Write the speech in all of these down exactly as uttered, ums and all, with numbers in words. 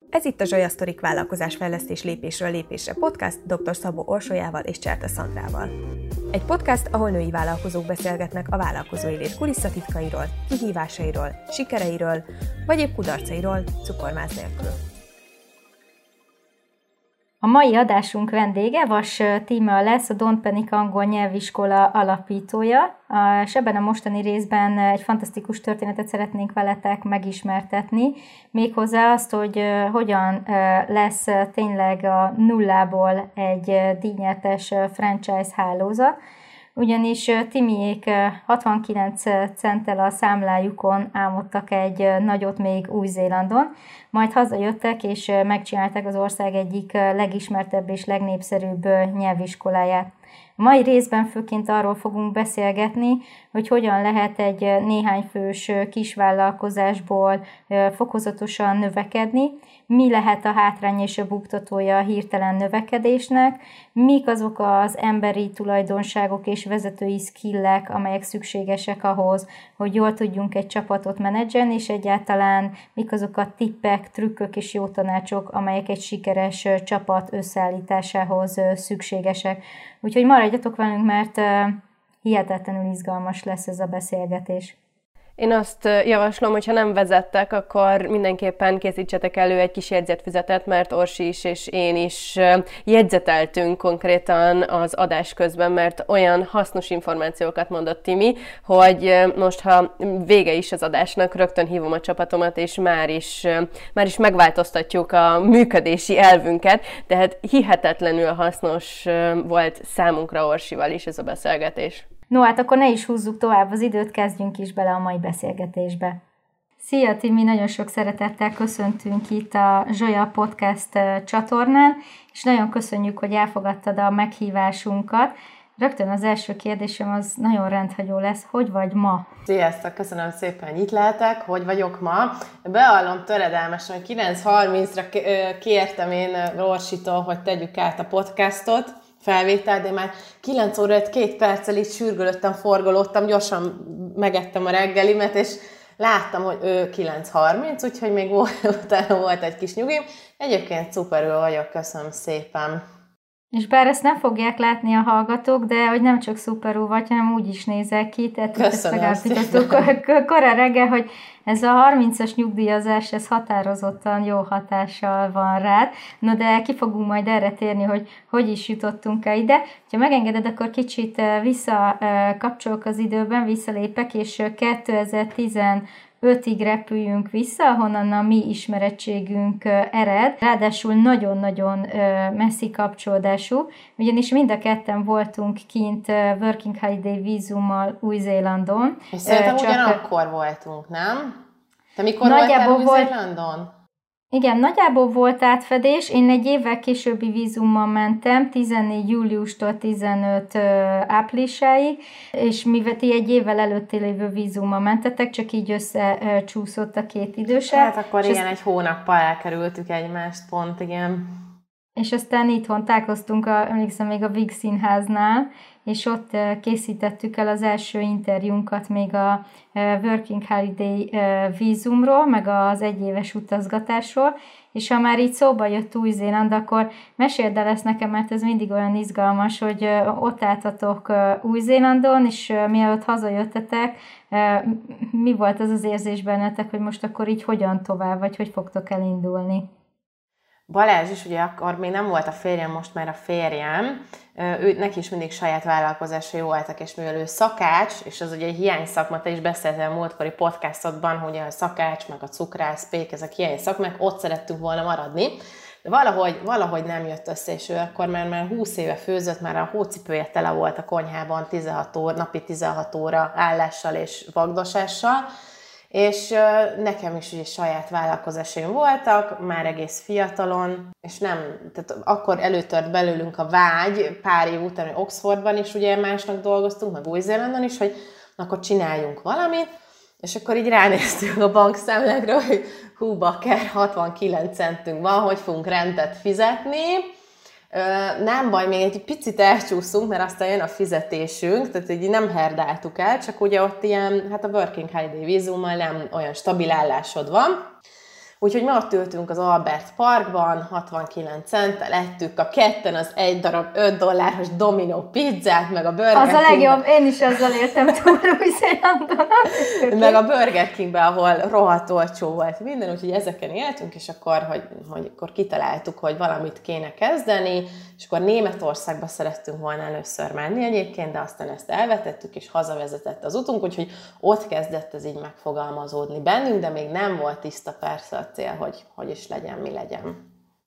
Ez itt a Zsolya Sztorik vállalkozásfejlesztés lépésről lépésre podcast dr. Szabó Orsolyával és Cserta Szandrával. Egy podcast, ahol női vállalkozók beszélgetnek a vállalkozói lét kulisszatitkairól, kihívásairól, sikereiről, vagy épp kudarcairól, cukormáz nélkül. A mai adásunk vendége Vas Tímea lesz, a Don't Panic angol nyelviskola alapítója, és ebben a mostani részben egy fantasztikus történetet szeretnénk veletek megismertetni, méghozzá azt, hogy hogyan lesz tényleg a nullából egy díjnyertes franchise hálózat, ugyanis Timiék hatvankilenc centtel a számlájukon álmodtak egy nagyot még Új-Zélandon, majd hazajöttek és megcsinálták az ország egyik legismertebb és legnépszerűbb nyelviskoláját. A mai részben főként arról fogunk beszélgetni, hogy hogyan lehet egy néhány fős kisvállalkozásból fokozatosan növekedni, mi lehet a hátrány és a buktatója a hirtelen növekedésnek, mik azok az emberi tulajdonságok és vezetői skillek, amelyek szükségesek ahhoz, hogy jól tudjunk egy csapatot menedzselni, és egyáltalán mik azok a tippek, trükkök és jó tanácsok, amelyek egy sikeres csapat összeállításához szükségesek. Úgyhogy maradjatok velünk, mert hihetetlenül izgalmas lesz ez a beszélgetés. Én azt javaslom, hogy ha nem vezettek, akkor mindenképpen készítsetek elő egy kis jegyzetfüzetet, mert Orsi is és én is jegyzeteltünk konkrétan az adás közben, mert olyan hasznos információkat mondott Timi, hogy most, ha vége is az adásnak, rögtön hívom a csapatomat, és már is, már is megváltoztatjuk a működési elvünket, tehát hihetetlenül hasznos volt számunkra Orsival is ez a beszélgetés. No, hát akkor ne is húzzuk tovább az időt, kezdjünk is bele a mai beszélgetésbe. Szia Timi, nagyon sok szeretettel köszöntünk itt a Zsolya Podcast csatornán, és nagyon köszönjük, hogy elfogadtad a meghívásunkat. Rögtön az első kérdésem az nagyon rendhagyó lesz, hogy vagy ma? Sziasztok, köszönöm szépen, hogy itt lehetek, hogy vagyok ma. Bevallom töredelmesen, hogy kilenc harmincra kértem én Orsitól, hogy tegyük át a podcastot, felvétel, de már kilenc óra öt két perccel így sürgölöttem, forgolódtam, gyorsan megettem a reggelimet, és láttam, hogy ő kilenc harminc, úgyhogy még utána volt egy kis nyugim. Egyébként szuperül vagyok, köszönöm szépen. És bár ezt nem fogják látni a hallgatók, de hogy nem csak szuperul vagy, hanem úgy is nézel ki, tehát ezt megállapítottuk korán reggel, hogy ez a harmincas nyugdíjazás, ez határozottan jó hatással van rád. No, de ki fogunk majd erre térni, hogy hogy is jutottunk el ide. Ha megengeded, akkor kicsit visszakapcsolok az időben, visszalépek, és kétezer-tizenötig repüljünk vissza, ahonnan a mi ismerettségünk ered. Ráadásul nagyon-nagyon messzi kapcsolódású, ugyanis mind a ketten voltunk kint Working Holiday vízummal Új-Zélandon. És szerintem Csak... ugyanakkor voltunk, nem? Te mikor voltál Új-Zélandon? Volt... Igen, nagyjából volt átfedés. Én egy évvel későbbi vízummal mentem, tizennégy júliustól tizenöt áprilisáig, és mivel ti egy évvel előtti lévő vízummal mentetek, csak így összecsúszott a két idősebb. Hát akkor igen, ezt... egy hónappal elkerültük egymást, pont, igen. És aztán itthon találkoztunk, a, emlékszem még a Víg Színháznál, és ott készítettük el az első interjúnkat még a Working Holiday vízumról, meg az egyéves utazgatásról, és ha már így szóba jött Új-Zéland, akkor meséld el ezt nekem, mert ez mindig olyan izgalmas, hogy ott álltatok Új-Zélandon, és mielőtt hazajöttetek, mi volt az az érzés bennetek, hogy most akkor így hogyan tovább, vagy hogy fogtok elindulni? Balázs is, ugye akkor még nem volt a férjem, most már a férjem, ő, neki is mindig saját vállalkozásai voltak, és mivel ő szakács, és az ugye egy hiány szakma, te is beszéltél a múltkori podcastodban, hogy a szakács, meg a cukrász, pék, ezek hiány szakmák, ott szerettünk volna maradni, de valahogy, valahogy nem jött össze, és ő akkor már, már húsz éve főzött, már a hócipője tele volt a konyhában tizenhat óra, napi tizenhat óra állással és vagdosással, és nekem is ugye saját vállalkozásaim voltak, már egész fiatalon, és nem, tehát akkor előtört belőlünk a vágy pár év után, hogy Oxfordban is ugye másnak dolgoztunk, meg Új-Zélandon is, hogy akkor csináljunk valamit, és akkor így ránéztünk a bankszámlákra, hogy hú, bakker, hatvankilenc centünk van, hogy fogunk rendet fizetni. Nem baj, még egy picit elcsúszunk, mert aztán jön a fizetésünk, tehát így nem herdáltuk el, csak ugye ott ilyen, hát a Working Holiday vízummal nem olyan stabil állásod van. Úgyhogy mi ott ültünk az Albert Parkban, hatvankilenc centtel ettük a ketten az egy darab öt dolláros Domino pizzát, meg a Burger Az a legjobb, én is azzal éltem túl Új-Zélandon. Meg a Burger Kingben, ahol rohadt olcsó volt minden, úgyhogy ezeken éltünk, és akkor, hogy, hogy akkor kitaláltuk, hogy valamit kéne kezdeni, és akkor Németországba szerettünk volna először menni egyébként, de aztán ezt elvetettük, és hazavezetett az utunk, úgyhogy ott kezdett ez így megfogalmazódni bennünk, de még nem volt tiszta persze a cél, hogy hogy is legyen, mi legyen.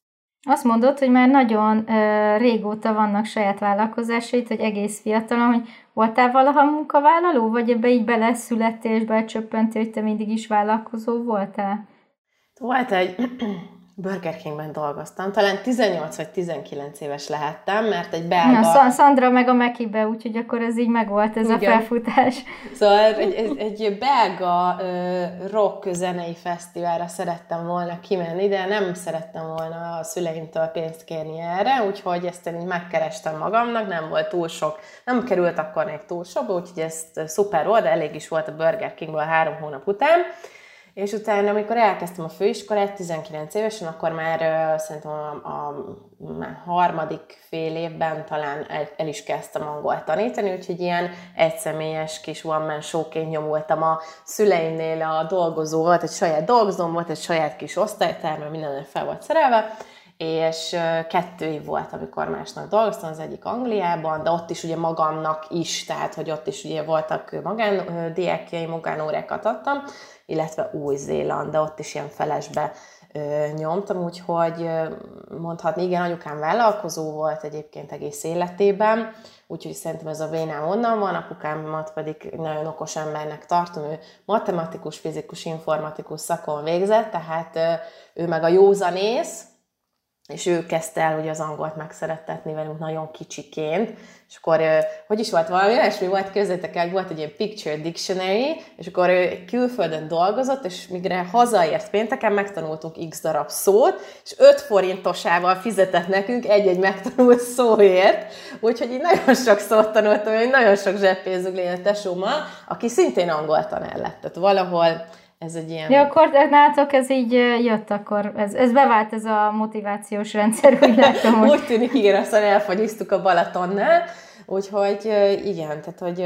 Azt mondod, hogy már nagyon uh, régóta vannak saját vállalkozásait, hogy egész fiatalon, hogy voltál valaha munkavállaló, vagy ebbe így beleszülettél és becsöppentél, hogy te mindig is vállalkozó voltál? Volt egy Burger Kingben dolgoztam, talán tizennyolc vagy tizenkilenc éves lehettem, mert egy belga... Na, Szandra meg a Mekibe, úgyhogy akkor ez így megvolt, ez igen. A felfutás. Szóval egy, egy, egy belga uh, rock zenei fesztiválra szerettem volna kimenni, de nem szerettem volna a szüleimtől pénzt kérni erre, úgyhogy ezt én így megkerestem magamnak, nem volt túl sok, nem került akkor még túl sok, úgyhogy ez szuper volt, de elég is volt a Burger Kingből három hónap után. És utána, amikor elkezdtem a főiskolát, tizenkilenc évesen, akkor már uh, szerintem a, a, a harmadik fél évben talán el, el is kezdtem angolt tanítani, úgyhogy ilyen egyszemélyes kis one-man showként nyomultam a szüleimnél a dolgozó, volt egy saját dolgozóm, volt egy saját kis osztálytár, mert minden fel volt szerelve, és kettő év volt, amikor másnak dolgoztam, az egyik Angliában, de ott is ugye magamnak is, tehát hogy ott is ugye voltak magándiákjai, magánórákat adtam, illetve Új-Zéland, de ott is ilyen felesbe ö, nyomtam, úgyhogy ö, mondhatni, igen, anyukám vállalkozó volt egyébként egész életében, úgyhogy szerintem ez a vénám onnan van, apukámat pedig nagyon okos embernek tartom, ő matematikus, fizikus, informatikus szakon végzett, tehát ö, ő meg a józanész, és ő kezdte el ugye az angolt megszerettetni velünk nagyon kicsiként, és akkor, hogy is volt valami, olyasmi volt, képzeljétek el, volt egy ilyen Picture Dictionary, és akkor ő külföldön dolgozott, és mire hazaért pénteken, megtanultunk x darab szót, és öt forintosával fizetett nekünk egy-egy megtanult szóért, úgyhogy így nagyon sok szót tanultam, hogy nagyon sok zseppénzünk lény a tesómmal, aki szintén angol tanár lett, tehát valahol ez egy ilyen... Ja, akkor nálatok ez így jött, akkor ez, ez bevált ez a motivációs rendszer, úgy látom, hogy... Úgy tűnik, igen, aztán elfagyiztuk a Balatonnál, úgyhogy igen, tehát hogy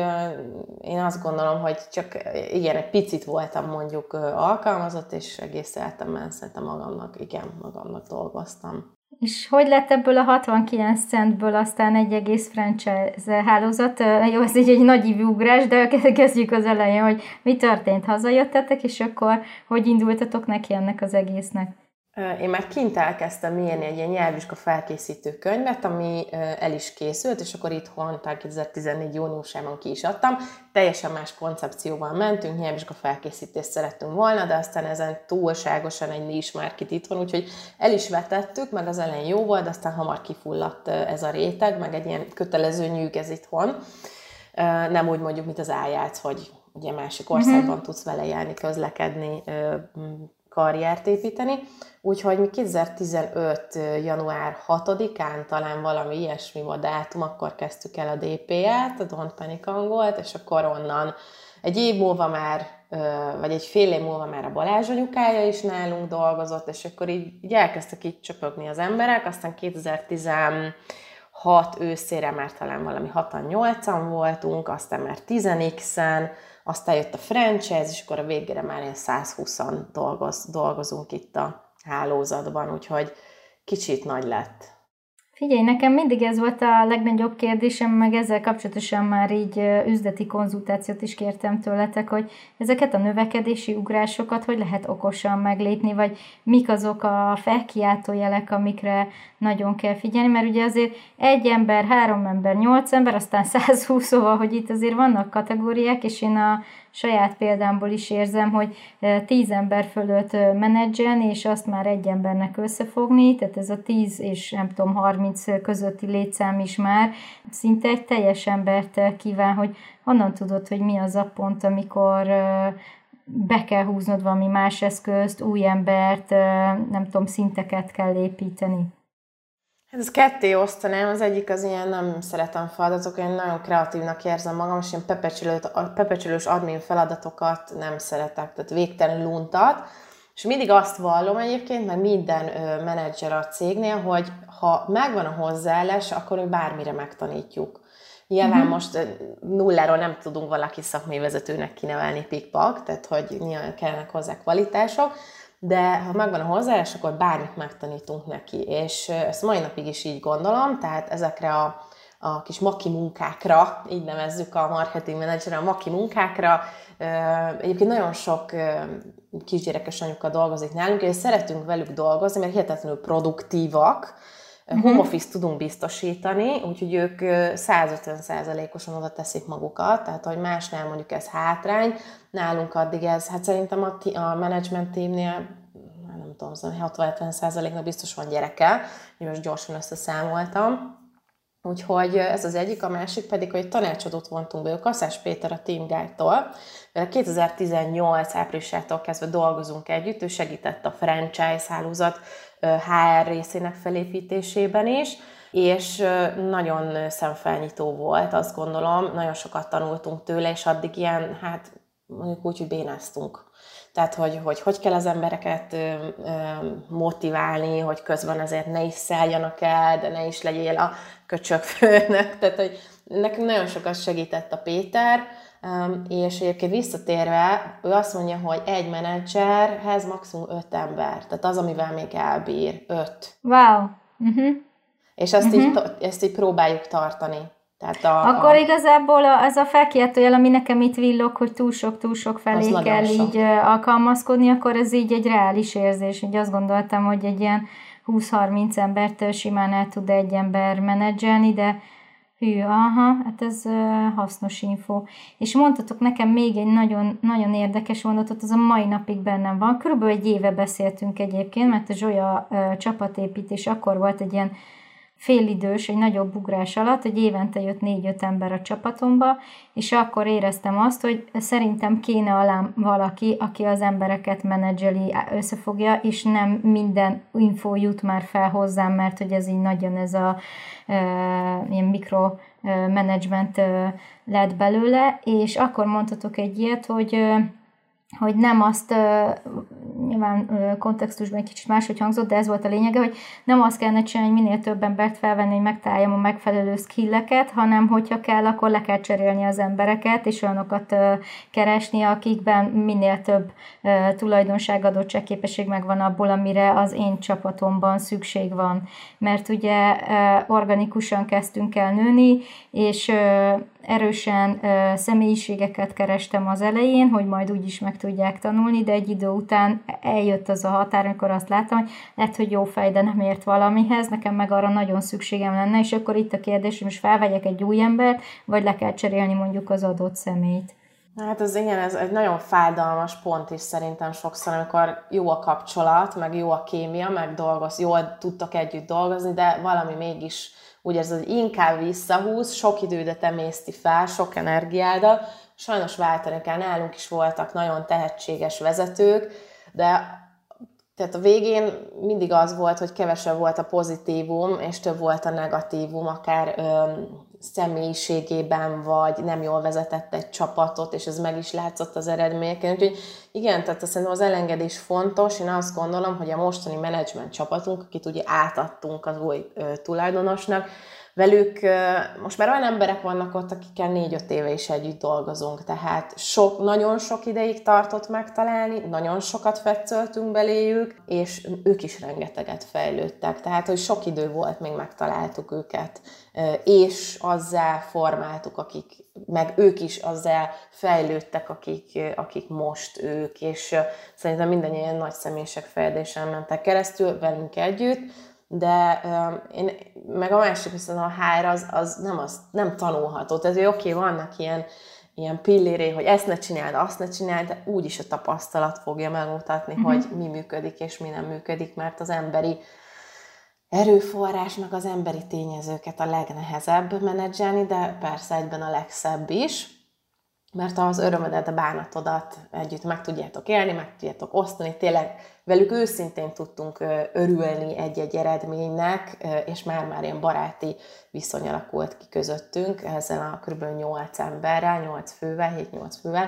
én azt gondolom, hogy csak igen, egy picit voltam mondjuk alkalmazott, és egész életemben szerintem magamnak, igen, magamnak dolgoztam. És hogy lett ebből a hatvankilenc centből aztán egy egész franchise hálózat? Jó, ez így egy nagyívű ugrás, de kezdjük az elején, hogy mi történt, hazajöttetek, és akkor hogy indultatok neki ennek az egésznek? Én már kint elkezdtem írni egy ilyen nyelvvizsga felkészítő könyvet, ami el is készült, és akkor itthon kétezer-tizennégy júniusában ki is adtam. Teljesen más koncepcióval mentünk, nyelvvizsga felkészítést szerettünk volna, de aztán ezen túlságosan egy nincs már kit itthon, úgyhogy el is vetettük, meg az elején jó volt, de aztán hamar kifulladt ez a réteg, meg egy ilyen kötelező nyűg ez itthon. Nem úgy mondjuk, mint az ájác, hogy ugye másik országban uh-huh. tudsz vele járni, közlekedni, karriert építeni. Úgyhogy mi kétezer-tizenöt január hatodikán talán valami ilyesmi a dátum, akkor kezdtük el a dé pé á-t, a Don't Panic Angolt, és akkor onnan egy év múlva már, vagy egy fél év múlva már a Balázs anyukája is nálunk dolgozott, és akkor így, így elkezdtek így csöpögni az emberek, aztán kétezer-tizenhat őszére már talán valami hatan-nyolcan voltunk, aztán már tíz x-en, aztán jött a franchise, és akkor a végére már ilyen száz húszan dolgoz, dolgozunk itt a hálózatban, úgyhogy kicsit nagy lett. Figyelj, nekem mindig ez volt a legnagyobb kérdésem, meg ezzel kapcsolatosan már így üzleti konzultációt is kértem tőletek, hogy ezeket a növekedési ugrásokat hogy lehet okosan meglépni, vagy mik azok a felkiáltó jelek, amikre nagyon kell figyelni, mert ugye azért egy ember, három ember, nyolc ember, aztán száz húsz, szóval, hogy itt azért vannak kategóriák, és én a saját példámból is érzem, hogy tíz ember fölött menedzselni, és azt már egy embernek összefogni, tehát ez a tíz és nem tudom, harminc közötti létszám is már szinte egy teljes embert kíván, hogy honnan tudod, hogy mi az a pont, amikor be kell húznod valami más eszközt, új embert, nem tudom, szinteket kell építeni. Hát ez ketté osztanám, az egyik az ilyen, nem szeretem feladatok, én nagyon kreatívnak érzem magam, és én pepecsülős admin feladatokat nem szeretek, tehát végtelenül untat, És mindig azt vallom egyébként, meg minden menedzser a cégnél, hogy ha megvan a hozzáállás, akkor mi bármire megtanítjuk. Nyilván uh-huh. most nulláról nem tudunk valaki szakmai vezetőnek kinevelni pikpak, tehát hogy nyilván kellene hozzá kvalitások, de ha megvan a hozzáállás, akkor bármit megtanítunk neki. És ezt mai napig is így gondolom, tehát ezekre a, a kis maki munkákra, így nevezzük a marketing menedzserre, a maki munkákra, egyébként nagyon sok kisgyerekes anyuka dolgozik nálunk, és szeretünk velük dolgozni, mert hihetetlenül produktívak, uh-huh. home office tudunk biztosítani, úgyhogy ők százötven százalékosan oda teszik magukat, tehát hogy másnál mondjuk ez hátrány, nálunk addig ez, hát szerintem a, ti, a management teamnél, nem tudom, hatvan-hetven százaléknak biztos van gyereke, most gyorsan összeszámoltam. Úgyhogy ez az egyik, a másik pedig, hogy tanácsadót vontunk be, Kaszás Péter a Team Guide-tól, mert kétezer-tizennyolc áprilisától kezdve dolgozunk együtt, ő segített a franchise hálózat há er részének felépítésében is, és nagyon szemfelnyitó volt, azt gondolom, nagyon sokat tanultunk tőle, és addig ilyen, hát mondjuk úgy, hogy bénáztunk. Tehát, hogy, hogy hogy kell az embereket ö, ö, motiválni, hogy közben azért ne is szálljanak el, de ne is legyél a köcsög főnök. Tehát, hogy nekünk nagyon sokat segített a Péter, és egyébként visszatérve, ő azt mondja, hogy egy menedzserhez maximum öt ember. Tehát az, amivel még elbír. Öt. Wow! Uh-huh. És ezt, uh-huh. így, ezt így próbáljuk tartani. Tehát a, Akkor a... igazából az a felkiáltójel, ami nekem itt villog, hogy túl sok, túl sok felé az kell így alkalmazkodni, akkor ez így egy reális érzés. Így azt gondoltam, hogy egy ilyen húsz-harminc embert simán el tud egy ember menedzselni, de hű, aha, hát ez hasznos info. És mondtatok nekem még egy nagyon, nagyon érdekes mondatot, az a mai napig bennem van. Körülbelül egy éve beszéltünk egyébként, mert a Zsolya csapatépítés akkor volt egy ilyen félidős, egy nagyobb ugrás alatt, hogy évente jött négy-öt ember a csapatomba, és akkor éreztem azt, hogy szerintem kéne alám valaki, aki az embereket menedzseli, összefogja, és nem minden info jut már fel hozzám, mert hogy ez így nagyon ez a e, ilyen mikromanagement e, lett belőle, és akkor mondhatok egy ilyet, hogy e, hogy nem azt, nyilván kontextusban egy kicsit máshogy hangzott, de ez volt a lényege, hogy nem azt kellene csinálni, hogy minél több embert felvenni, hogy megtaláljam a megfelelő skilleket, hanem hogyha kell, akkor le kell cserélni az embereket, és olyanokat keresni, akikben minél több tulajdonság, adottságképesség megvan abból, amire az én csapatomban szükség van. Mert ugye organikusan kezdtünk el nőni, és erősen ö, személyiségeket kerestem az elején, hogy majd úgyis meg tudják tanulni, de egy idő után eljött az a határ, amikor azt láttam, hogy lehet, hogy jó fej, de nem ért valamihez, nekem meg arra nagyon szükségem lenne, és akkor itt a kérdés, hogy most felvegyek egy új embert, vagy le kell cserélni mondjuk az adott személyt. Hát ez igen, ez egy nagyon fájdalmas pont is szerintem sokszor, amikor jó a kapcsolat, meg jó a kémia, meg dolgoz, jól tudtak együtt dolgozni, de valami mégis úgy érzed, hogy inkább visszahúz, sok idődet emészti fel, sok energiádat. Sajnos váltani kell, nálunk is voltak nagyon tehetséges vezetők, de tehát a végén mindig az volt, hogy kevesebb volt a pozitívum, és több volt a negatívum, akár öm, személyiségében, vagy nem jól vezetett egy csapatot, és ez meg is látszott az eredményeken. Úgyhogy igen, tehát szerintem az elengedés fontos. Én azt gondolom, hogy a mostani menedzsment csapatunk, akit ugye átadtunk az új ö, tulajdonosnak, velük most már olyan emberek vannak ott, akikkel négy-öt éve is együtt dolgozunk, tehát sok, nagyon sok ideig tartott megtalálni, nagyon sokat fetszöltünk beléjük, és ők is rengeteget fejlődtek, tehát hogy sok idő volt, még megtaláltuk őket, és azzal formáltuk, akik, meg ők is azzal fejlődtek, akik, akik most ők, és szerintem minden ilyen nagy személyiségfejlődésen mentek keresztül velünk együtt, de um, én, meg a másik viszont a há er az, az, nem, az nem tanulható. Tehát, hogy oké, okay, vannak ilyen, ilyen pilléré, hogy ezt ne csináld, azt ne csináld, de úgyis a tapasztalat fogja megmutatni, mm-hmm. hogy mi működik és mi nem működik, mert az emberi erőforrás, meg az emberi tényezőket a legnehezebb menedzselni, de persze egyben a legszebb is, mert az örömödet, a bánatodat együtt meg tudjátok élni, meg tudjátok osztani, tényleg velük őszintén tudtunk örülni egy-egy eredménynek, és már-már ilyen baráti viszony alakult ki közöttünk, ezzel a kb. nyolc emberrel, nyolc fővel, hét-nyolc fővel,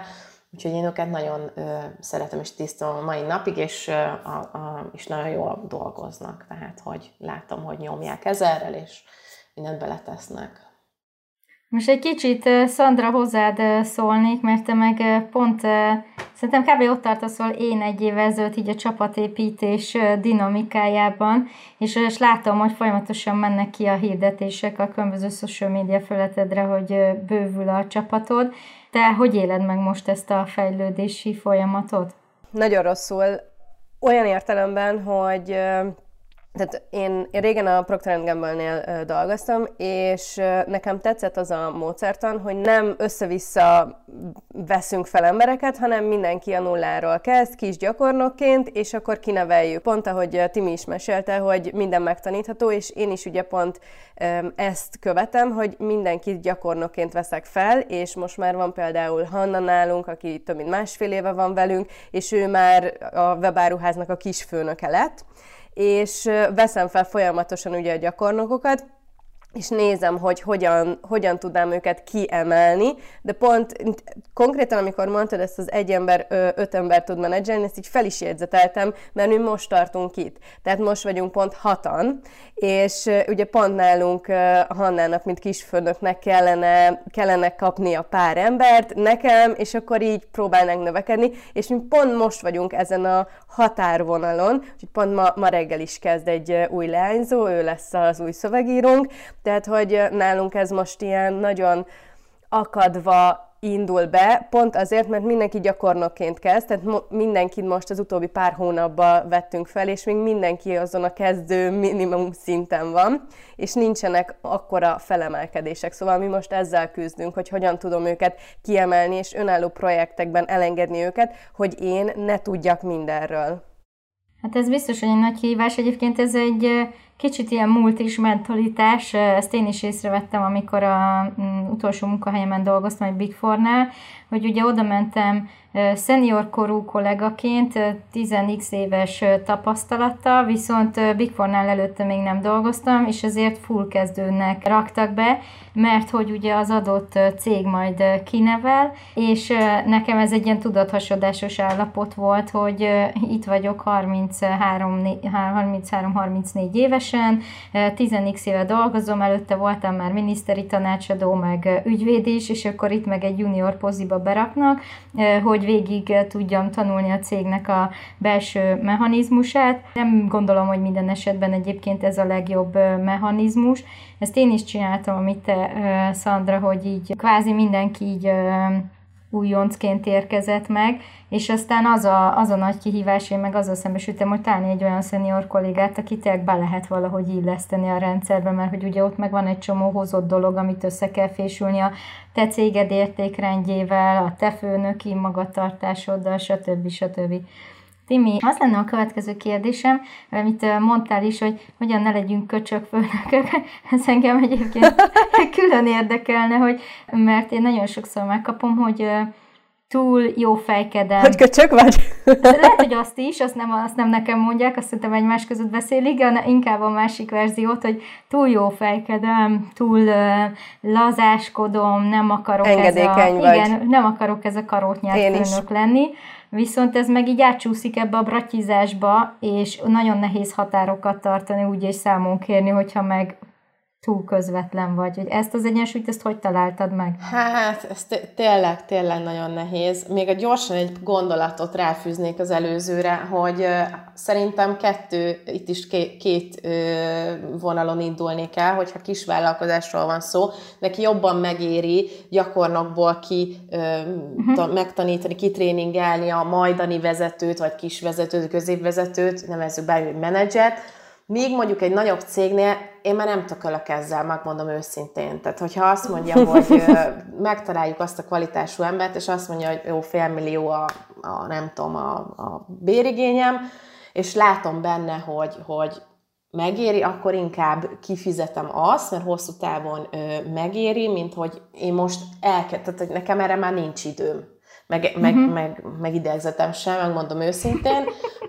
Úgyhogy én őket nagyon ö, szeretem és tisztelem a mai napig, és, ö, a, a, és nagyon jól dolgoznak. Tehát, hogy látom, hogy nyomják ezerrel, és mindent beletesznek. Most egy kicsit, Szandra, hozzád szólnék, mert te meg pont, szerintem kb. Ott tartasz, ahol én egy évvel ezelőtt így a csapatépítés dinamikájában, és, és látom, hogy folyamatosan mennek ki a hirdetések a különböző social media felületedre, hogy bővül a csapatod. Te hogy éled meg most ezt a fejlődési folyamatot? Nagyon rosszul. Olyan értelemben, hogy Tehát én, én régen a Procter and Gamble-nél dolgoztam, és nekem tetszett az a módszertan, hogy nem össze-vissza veszünk fel embereket, hanem mindenki a nulláról kezd, kis gyakornokként, és akkor kineveljük. Pont ahogy Timi is mesélte, hogy minden megtanítható, és én is ugye pont ezt követem, hogy mindenkit gyakornokként veszek fel, és most már van például Hanna nálunk, aki több mint másfél éve van velünk, és ő már a webáruháznak a kisfőnöke lett, és veszem fel folyamatosan ugye a gyakornokokat, és nézem, hogy hogyan, hogyan tudnám őket kiemelni, de pont konkrétan, amikor mondtad ezt az egy ember, öt ember tud menedzselni, ezt így fel is jegyzeteltem, mert mi most tartunk itt. Tehát most vagyunk pont hatan, és ugye pont nálunk Hannának, mint kisfőnöknek kellene, kellene kapni a pár embert, nekem, és akkor így próbálnánk növekedni, és mi pont most vagyunk ezen a határvonalon, úgyhogy pont ma, ma reggel is kezd egy új leányzó, ő lesz az új szövegírónk, tehát, hogy nálunk ez most ilyen nagyon akadva indul be, pont azért, mert mindenki gyakornokként kezd, tehát mo- mindenkit most az utóbbi pár hónapban vettünk fel, és még mindenki azon a kezdő minimum szinten van, és nincsenek akkora felemelkedések. Szóval mi most ezzel küzdünk, hogy hogyan tudom őket kiemelni, és önálló projektekben elengedni őket, hogy én ne tudjak mindenről. Hát ez biztos, hogy egy nagy kihívás. Egyébként ez egy kicsit ilyen multis mentalitás, ezt én is észrevettem, amikor a utolsó munkahelyemen dolgoztam egy Big Four-nál, hogy ugye oda mentem szenior korú kollégaként, tíz x éves tapasztalattal, viszont Big Four-nál előtte még nem dolgoztam, és ezért full kezdőnek raktak be, mert hogy ugye az adott cég majd kinevel, és nekem ez egy ilyen tudathasadásos állapot volt, hogy itt vagyok harminchárom harmincnégy évesen, tíz x éve dolgozom, előtte voltam már miniszteri tanácsadó, meg ügyvéd is, és akkor itt meg egy junior poziba beraknak, hogy végig tudjam tanulni a cégnek a belső mechanizmusát. Nem gondolom, hogy minden esetben egyébként ez a legjobb mechanizmus. Ezt én is csináltam, amit te, Szandra, hogy így kvázi mindenki így újoncként érkezett meg, és aztán az a, az a nagy kihívás, én meg azzal szembesültem, hogy találni egy olyan szenior kollégát, aki tényleg be lehet valahogy illeszteni a rendszerbe, mert hogy ugye ott meg van egy csomó hozott dolog, amit össze kell fésülni a te céged értékrendjével, a te főnöki magatartásoddal, stb. stb. Timi, az lenne a következő kérdésem, amit mondtál is, hogy hogyan ne legyünk köcsök főnökök. Ez engem egyébként külön érdekelne, hogy, mert én nagyon sokszor megkapom, hogy túl jó fejkedem. Hogy köcsök vagy? Lehet, hogy azt is, azt nem, azt nem nekem mondják, azt szerintem egymás között beszélik, hanem inkább a másik verziót, hogy túl jó fejkedem, túl uh, lazáskodom, nem akarok engedékeny ez a, vagy. Igen, nem akarok ez a karótnyát főnök lenni. Viszont ez meg így átcsúszik ebbe a brattyizásba, és nagyon nehéz határokat tartani, úgy és számon kérni, hogyha meg túl közvetlen vagy. Hogy ezt az egyensúlyt, ezt hogy találtad meg? Hát, ez t- tényleg, tényleg nagyon nehéz. Még a gyorsan egy gondolatot ráfűznék az előzőre, hogy uh, szerintem kettő, itt is két, két uh, vonalon indulni kell, hogyha kisvállalkozásról van szó, neki jobban megéri gyakornokból ki uh, uh-huh. ta, megtanítani, kitréningelni a majdani vezetőt, vagy kisvezetőt, középvezetőt, nevezzük be, hogy menedzsert, míg mondjuk egy nagyobb cégnél én már nem tökölök ezzel, megmondom őszintén. Tehát, hogyha azt mondja, hogy megtaláljuk azt a kvalitású embert, és azt mondja, hogy jó, félmillió a, a nem tudom, a, a bérigényem, és látom benne, hogy, hogy megéri, akkor inkább kifizetem azt, mert hosszú távon ö, megéri, mint hogy én most elkezd, tehát hogy nekem erre már nincs időm. Meg, meg, uh-huh. meg, meg idegzetem sem, megmondom őszintén.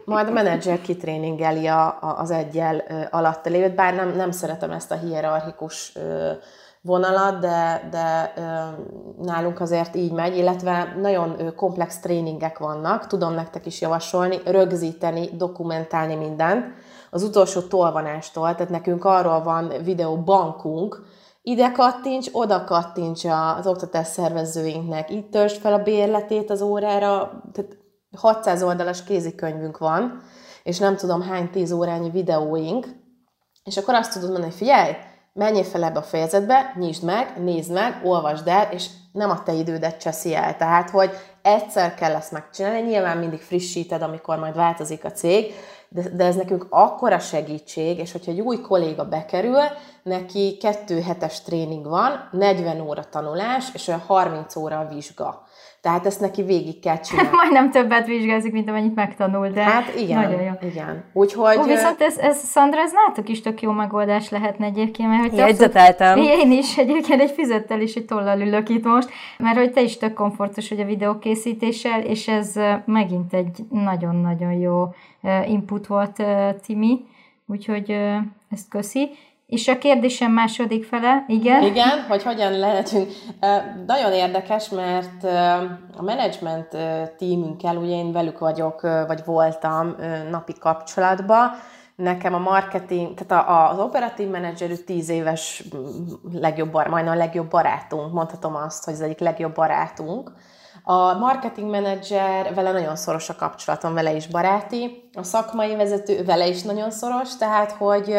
majd a menedzser kitréningeli a, a, az egyel alatta lévőt, bár nem, nem szeretem ezt a hierarchikus vonalat, de, de nálunk azért így megy, illetve nagyon komplex tréningek vannak, tudom nektek is javasolni, rögzíteni, dokumentálni mindent, az utolsó tolvanástól, tehát nekünk arról van videóbankunk, ide kattints, oda kattints az oktatás szervezőinknek, itt törzsd fel a bérletét az órára, tehát hatszáz oldalas kézikönyvünk van, és nem tudom hány tíz órányi videóink, és akkor azt tudod mondani, hogy figyelj, menjél fel ebbe a fejezetbe, nyisd meg, nézd meg, olvasd el, és nem a te idődet cseszi el. Tehát, hogy egyszer kell ezt megcsinálni, nyilván mindig frissíted, amikor majd változik a cég, de, de ez nekünk akkora segítség, és hogyha egy új kolléga bekerül, neki kettő hetes tréning van, negyven óra tanulás, és olyan harminc óra a vizsga. Tehát ezt neki végig kell csinálni. Majdnem többet vizsgázik, mint amennyit megtanul, de hát igen, nagyon jó. Igen. Úgyhogy... Ó, viszont ez, ez, Szandra, ez nálatok is tök jó megoldás lehetne egyébként, mert hogy jegyzeteltem. Én is egyébként egy füzettel is egy tollal ülök itt most, mert hogy te is tök komfortos vagy a videókészítéssel, és ez megint egy nagyon-nagyon jó input volt, Timi, úgyhogy ezt köszi. És a kérdésem második fele, igen? Igen, hogy hogyan lehetünk. Nagyon érdekes, mert a management teamünkkel, ugye én velük vagyok, vagy voltam napi kapcsolatban, nekem a marketing, tehát az operatív menedzserű tíz éves legjobb, majdnem a legjobb barátunk, mondhatom azt, hogy az egyik legjobb barátunk. A marketing menedzser, vele nagyon szoros a kapcsolatom, vele is baráti, a szakmai vezető vele is nagyon szoros, tehát hogy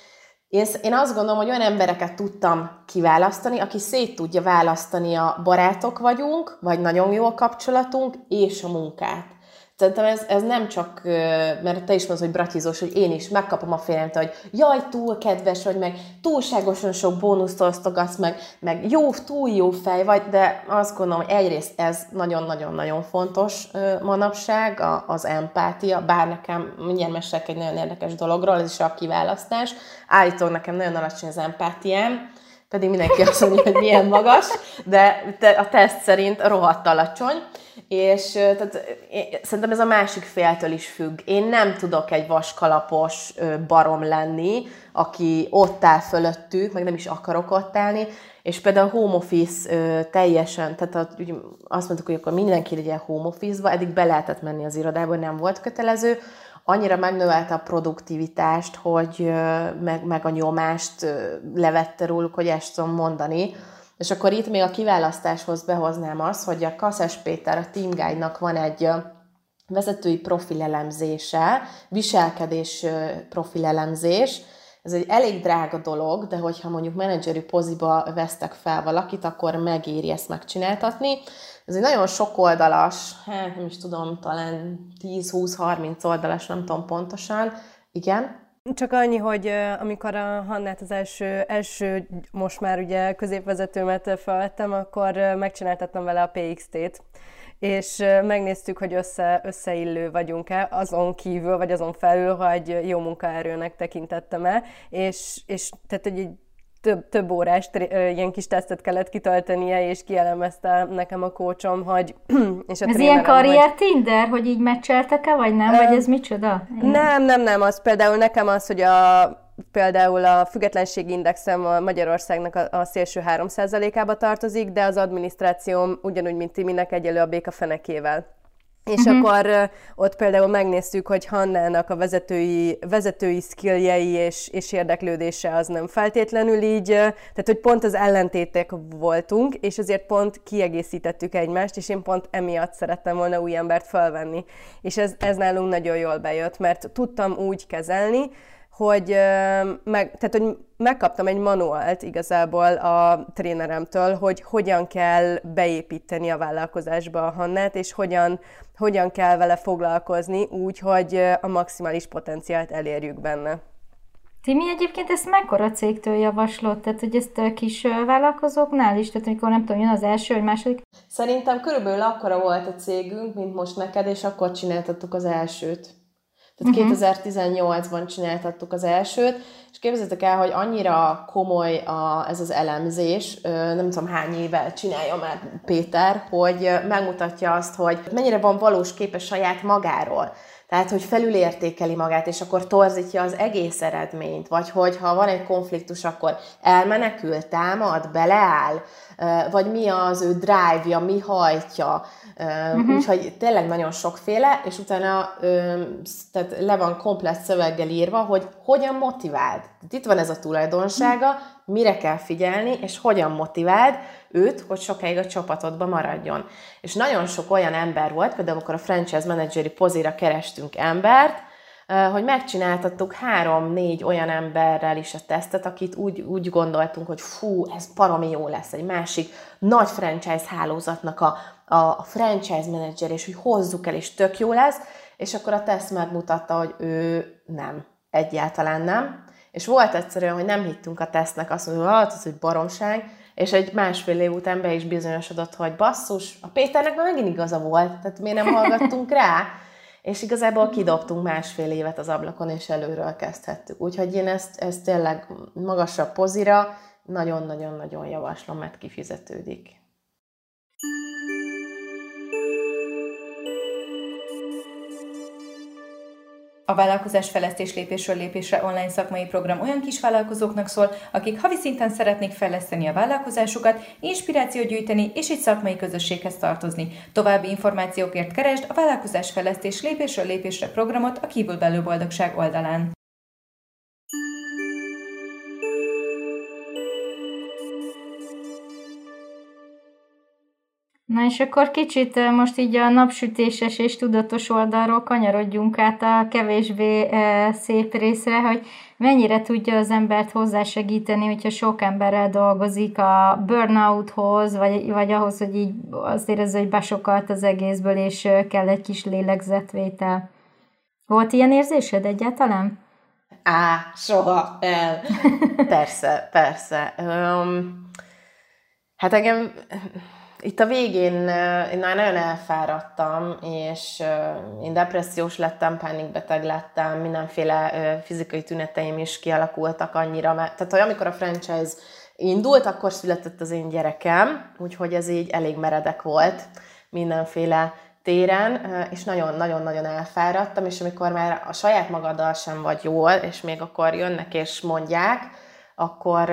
én azt gondolom, hogy olyan embereket tudtam kiválasztani, aki szét tudja választani a barátok vagyunk, vagy nagyon jó a kapcsolatunk, és a munkát. Szerintem ez, ez nem csak, mert te is mondod, hogy bratizós, hogy én is megkapom a félelmet, hogy jaj, túl kedves vagy, meg túlságosan sok bónuszt osztogatsz, meg, meg jó, túl jó fej vagy, de azt gondolom, hogy egyrészt ez nagyon-nagyon-nagyon fontos manapság, az empátia, bár nekem mindjárt mesélek egy nagyon érdekes dologról, ez is a kiválasztás. Állítólag nekem nagyon alacsony az empátiám, pedig mindenki azt mondja, hogy milyen magas, de a teszt szerint rohadt alacsony. És tehát, én, szerintem ez a másik féltől is függ. Én nem tudok egy vaskalapos barom lenni, aki ott áll fölöttük, meg nem is akarok ott állni, és például a home office teljesen, tehát úgy azt mondtuk, hogy akkor mindenki legyen home office-ba, eddig be lehetett menni az irodába, nem volt kötelező, annyira megnövelte a produktivitást, hogy meg, meg a nyomást levette róluk, hogy ezt tudom mondani. És akkor itt még a kiválasztáshoz behoznám azt, hogy a Kaszás Péter, a Team Guide-nak van egy vezetői profilelemzése, viselkedés profilelemzés. Ez egy elég drága dolog, de hogyha mondjuk menedzseri poziba vesztek fel valakit, akkor megéri ezt megcsináltatni. Ez egy nagyon sok oldalas, hát nem is tudom, talán tíz-húsz-harminc oldalas, nem tudom pontosan. Igen? Csak annyi, hogy amikor a Hannát az első, első most már ugye középvezetőmet felvettem, akkor megcsináltattam vele a pé iksz té-t, és megnéztük, hogy össze, összeillő vagyunk-e, azon kívül, vagy azon felül, hogy jó munkaerőnek tekintettem-e, és, és tehát, hogy egy több, több órás ilyen kis tesztet kellett kitöltenie, és kielemezte nekem a coachom, hogy... És a ez ilyen karrier Tinder, hogy így meccseltek-e, vagy nem? Ö, vagy ez micsoda? Nem, nem, nem. Az például nekem az, hogy a, például a függetlenségi indexem a Magyarországnak a, a szélső három százalékába tartozik, de az adminisztrációm ugyanúgy, mint Timinek, egyelő a béka fenekével. És uh-huh. akkor ott például megnéztük, hogy Hannának a vezetői, vezetői skilljei és, és érdeklődése az nem feltétlenül így, tehát hogy pont az ellentétek voltunk, és azért pont kiegészítettük egymást, és én pont emiatt szerettem volna új embert felvenni. És ez, ez nálunk nagyon jól bejött, mert tudtam úgy kezelni, hogy, meg, tehát, hogy megkaptam egy manuált igazából a tréneremtől, hogy hogyan kell beépíteni a vállalkozásba a Hannát, és hogyan, hogyan kell vele foglalkozni úgy, hogy a maximális potenciált elérjük benne. Timi, egyébként ezt mekkora cégtől javaslod? Tehát, hogy ezt kis vállalkozóknál is? Tehát, amikor nem tudom, jön az első, vagy második? Szerintem körülbelül akkora volt a cégünk, mint most neked, és akkor csináltattuk az elsőt. Tehát uh-huh. kétezer-tizennyolcban csináltattuk az elsőt, és képzeljétek el, hogy annyira komoly a, ez az elemzés, nem tudom hány éve csinálja már Péter, hogy megmutatja azt, hogy mennyire van valós képes saját magáról. Tehát, hogy felülértékeli magát, és akkor torzítja az egész eredményt, vagy hogy ha van egy konfliktus, akkor elmenekül, támad, beleáll, vagy mi az ő drive-ja, mi hajtja. Uh-huh. Úgyhogy tényleg nagyon sokféle, és utána tehát le van komplett szöveggel írva, hogy hogyan motiváld. Tehát itt van ez a tulajdonsága, mire kell figyelni, és hogyan motiváld őt, hogy sokáig a csapatodban maradjon. És nagyon sok olyan ember volt, például amikor a franchise manageri pozíra kerestünk embert, hogy megcsináltattuk három-négy olyan emberrel is a tesztet, akit úgy, úgy gondoltunk, hogy fú, ez baromi jó lesz, egy másik nagy franchise hálózatnak a, a franchise manager, és hogy hozzuk el, és tök jó lesz, és akkor a teszt megmutatta, hogy ő nem, egyáltalán nem. És volt egyszerűen, hogy nem hittünk a tesztnek, azt mondjuk, hogy ez egy baromság, és egy másfél év után be is bizonyosodott, hogy basszus, a Péternek már megint igaza volt, tehát miért nem hallgattunk rá? És igazából kidobtunk másfél évet az ablakon, és előről kezdhettük. Úgyhogy én ezt, ezt tényleg magasabb pozira nagyon-nagyon-nagyon javaslom, mert kifizetődik. A vállalkozás fejlesztés lépésről lépésre online szakmai program olyan kisvállalkozóknak szól, akik havi szinten szeretnék fejleszteni a vállalkozásukat, inspirációt gyűjteni és egy szakmai közösséghez tartozni. További információkért keresd a vállalkozás fejlesztés lépésről lépésre programot a Kívülbelül Boldogság oldalán. Na és akkor kicsit most így a napsütéses és tudatos oldalról kanyarodjunk át a kevésbé szép részre, hogy mennyire tudja az embert hozzásegíteni, hogyha sok emberrel dolgozik a burnouthoz, vagy, vagy ahhoz, hogy így azt érezze, hogy besokalt az egészből, és kell egy kis lélegzetvétel. Volt ilyen érzésed egyáltalán? Á, soha el. Persze, persze. Um, hát engem... Itt a végén én nagyon elfáradtam, és én depressziós lettem, pánikbeteg lettem, mindenféle fizikai tüneteim is kialakultak annyira. Tehát, hogy amikor a franchise indult, akkor született az én gyerekem, úgyhogy ez így elég meredek volt mindenféle téren, és nagyon-nagyon-nagyon elfáradtam, és amikor már a saját magaddal sem vagy jól, és még akkor jönnek és mondják, akkor,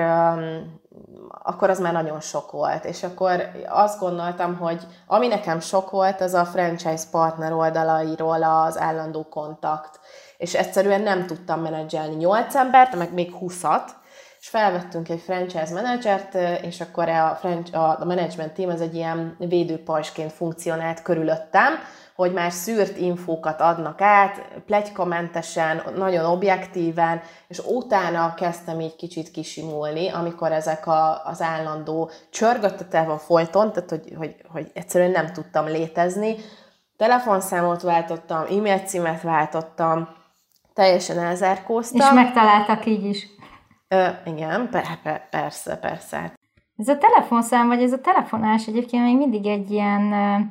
akkor az már nagyon sok volt. És akkor azt gondoltam, hogy ami nekem sok volt, az a franchise partner oldalairól az állandó kontakt. És egyszerűen nem tudtam menedzselni nyolc embert, meg még húszat, és felvettünk egy franchise menedzsert, és akkor a, franch- a management team az egy ilyen védőpajsként funkcionált körülöttem, hogy már szűrt infókat adnak át, pletykamentesen, nagyon objektíven, és utána kezdtem így kicsit kisimulni, amikor ezek a, az állandó csörgöttetel van folyton, tehát hogy, hogy, hogy egyszerűen nem tudtam létezni. Telefonszámot váltottam, e-mail címet váltottam, teljesen elzárkóztam. És megtaláltak így is. Ö, igen, per, per, persze, persze. Ez a telefonszám, vagy ez a telefonás egyébként még mindig egy ilyen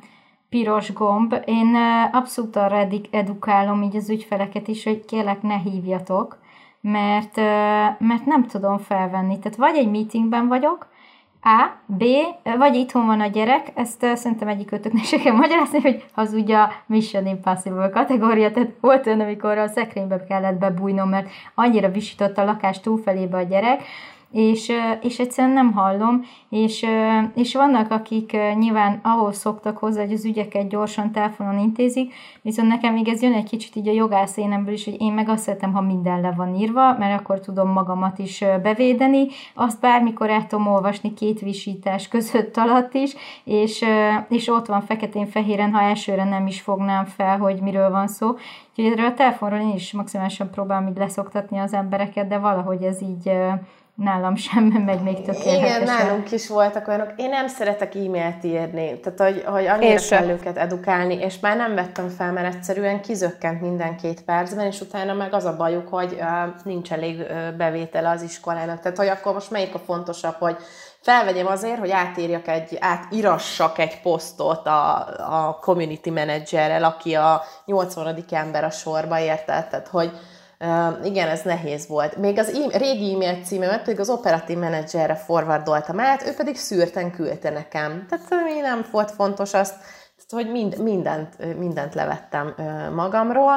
piros gomb. Én abszolút arra edukálom így az ügyfeleket is, hogy kérlek, ne hívjatok, mert, mert nem tudom felvenni. Tehát vagy egy meetingben vagyok, A, B, vagy itthon van a gyerek, ezt szerintem egyikőtöknek se kell magyarázni, hogy hazudja Mission Impossible kategória, tehát volt olyan, amikor a szekrénybe kellett bebújnom, mert annyira visított a lakás túlfelébe a gyerek, és, és egyszerűen nem hallom, és, és vannak, akik nyilván ahhoz szoktak hozzá, hogy az ügyeket gyorsan telefonon intézik, viszont nekem még ez jön egy kicsit így a jogász énemből is, hogy én meg azt szeretem, ha minden le van írva, mert akkor tudom magamat is bevédeni, azt bármikor el tudom olvasni két visítás között alatt is, és, és ott van feketén-fehéren, ha elsőre nem is fognám fel, hogy miről van szó. Úgyhogy erről a telefonról én is maximálisan próbálom így leszoktatni az embereket, de valahogy ez így nálam sem megy még tökéletesen. Igen, nálunk is voltak olyanok. Én nem szeretek e-mailt írni, tehát hogy, hogy annyira kell őket edukálni, és már nem vettem fel, mert egyszerűen kizökkent minden két percben, és utána meg az a bajuk, hogy uh, nincs elég uh, bevétele az iskolának. Tehát, hogy akkor most melyik a fontosabb, hogy felvegyem azért, hogy átírjak egy, átirassak egy posztot a, a community managerrel, aki a nyolcvanadik ember a sorba, érted? Tehát, hogy Uh, igen, ez nehéz volt. Még az e- régi e-mail címemet pedig az operatív menedzserre forwardoltam át, ő pedig szűrten küldte nekem. Tehát mi nem volt fontos azt, hogy mind, mindent, mindent levettem magamról,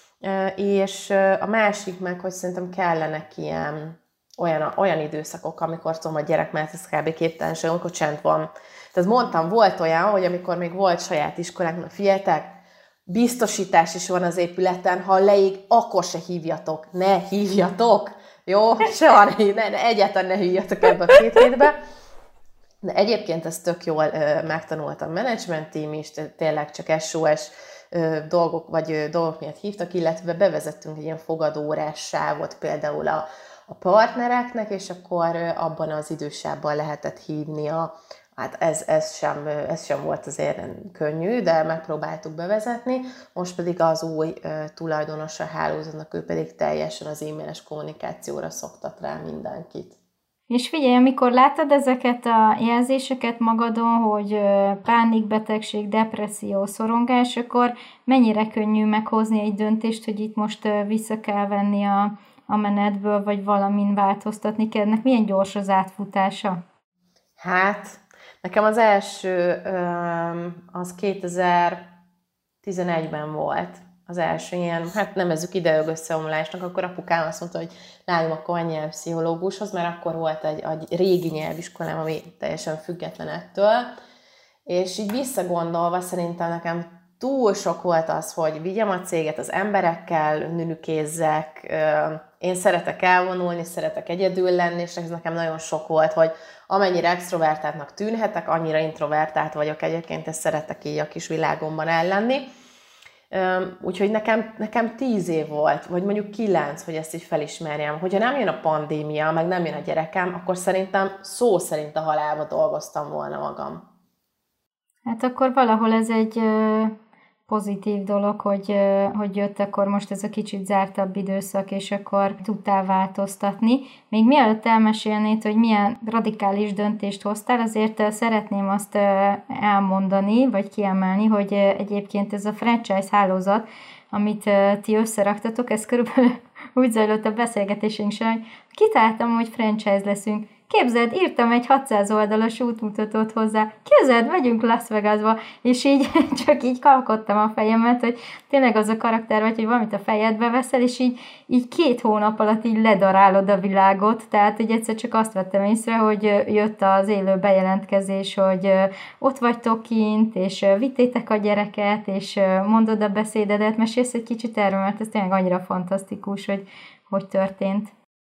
és a másik meg, hogy szerintem kellenek ilyen olyan, olyan időszakok, amikor tudom, a gyerek, mert ez kb. Képtelenség, amikor csend van. Tehát mondtam, volt olyan, hogy amikor még volt saját iskolánk, figyeljetek, biztosítás is van az épületen, ha leég, akkor se hívjatok. Ne hívjatok! Jó? Se arra, ne, ne, egyáltalán ne hívjatok ebbe a két hétbe. De egyébként ezt tök jól ö, megtanultam. Management team is, tényleg csak es o es ö, dolgok, vagy ö, dolgok miatt hívtak, illetve bevezettünk egy ilyen fogadórás sávot például a, a partnereknek, és akkor ö, abban az idősávban lehetett hívni a Hát ez, ez, sem, ez sem volt azért könnyű, de megpróbáltuk bevezetni. Most pedig az új uh, tulajdonosa a hálózatnak, ő pedig teljesen az e-mailes kommunikációra szoktat rá mindenkit. És figyelj, amikor látod ezeket a jelzéseket magadon, hogy pánikbetegség, depresszió, szorongás, akkor mennyire könnyű meghozni egy döntést, hogy itt most vissza kell venni a, a menetből, vagy valamin változtatni kell? Ennek milyen gyors az átfutása? Hát... Nekem az első, az kétezer-tizenegyben volt az első ilyen, hát nevezzük ideög összeomlásnak, akkor apukám azt mondta, hogy látom, akkor menj el pszichológushoz, mert akkor volt egy, egy régi nyelviskolám, ami teljesen független ettől, és így visszagondolva szerintem nekem túl sok volt az, hogy vigyem a céget, az emberekkel nünükézzek, én szeretek elvonulni, szeretek egyedül lenni, és ez nekem nagyon sok volt, hogy amennyire extrovertáltnak tűnhetek, annyira introvertált vagyok egyébként, és szeretek így a kis világomban ellenni. Úgyhogy nekem, nekem tíz év volt, vagy mondjuk kilenc, hogy ezt így felismerjem. Hogyha nem jön a pandémia, meg nem jön a gyerekem, akkor szerintem szó szerint a halálba dolgoztam volna magam. Hát akkor valahol ez egy pozitív dolog, hogy, hogy jött akkor most ez a kicsit zártabb időszak, és akkor tudtál változtatni. Még mielőtt elmesélnéd, hogy milyen radikális döntést hoztál, azért szeretném azt elmondani, vagy kiemelni, hogy egyébként ez a franchise hálózat, amit ti összeraktatok, ez körülbelül úgy zajlott a beszélgetésünk sem, hogy kitaláltam, hogy franchise leszünk. Képzeld, írtam egy hatszáz oldalas útmutatót hozzá. Képzeld, megyünk Las Vegasba, és így csak így kapkodtam a fejemet, hogy tényleg az a karakter vagy, hogy valamit a fejedbe veszel, és így, így két hónap alatt így ledarálod a világot. Tehát, hogy egyszer csak azt vettem észre, hogy jött az élő bejelentkezés, hogy ott vagytok kint, és vittétek a gyereket, és mondod a beszédedet. Mesélsz egy kicsit erről, mert ez tényleg annyira fantasztikus, hogy hogy történt.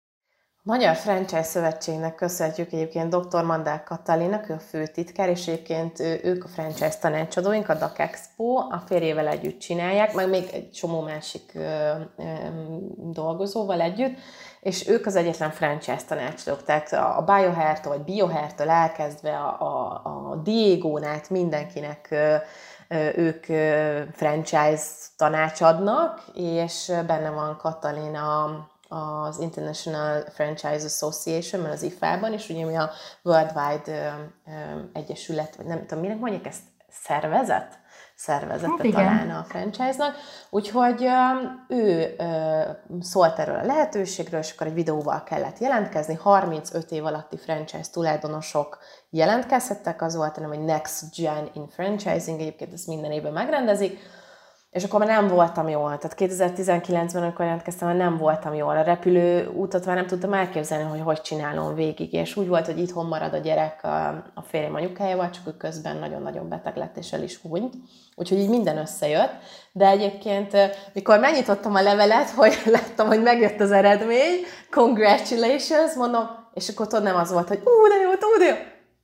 A Magyar Franchise Szövetségnek köszönhetjük egyébként dr. Mandál Katalinnak, ő a főtitkár, és egyébként ők a franchise tanácsadóink, a dé á cé Expo, a férjével együtt csinálják, meg még egy csomó másik ö, ö, dolgozóval együtt, és ők az egyetlen franchise tanácsadók, tehát a BioHair-től vagy BioHair-től elkezdve a, a, a Diego-n át mindenkinek ö, ö, ők ö, franchise tanácsadnak, és benne van Katalin a az International Franchise Association, mert az i ef á-ban, és ugye mi a Worldwide ö, ö, Egyesület, vagy nem tudom, minek mondják ezt, szervezet? Szervezete hát talán a franchise-nak. Úgyhogy ö, ő ö, szólt erről a lehetőségről, és akkor egy videóval kellett jelentkezni. harmincöt év alatti franchise tulajdonosok jelentkezhettek, az volt, hanem, hogy Next Gen in Franchising, egyébként ezt minden évben megrendezik. És akkor már nem voltam jól. Tehát kétezer-tizenkilencben, amikor jelentkeztem, már nem voltam jól. A repülőútot már nem tudtam elképzelni, hogy hogy csinálom végig. És úgy volt, hogy itthon marad a gyerek a férjem anyukájával, csak ő közben nagyon-nagyon beteg lett, és el is hunyt. Úgyhogy így minden összejött. De egyébként, mikor megnyitottam a levelet, hogy láttam, hogy megjött az eredmény, congratulations, mondom, és akkor tudod, nem az volt, hogy ú, de jó, ú, de jó.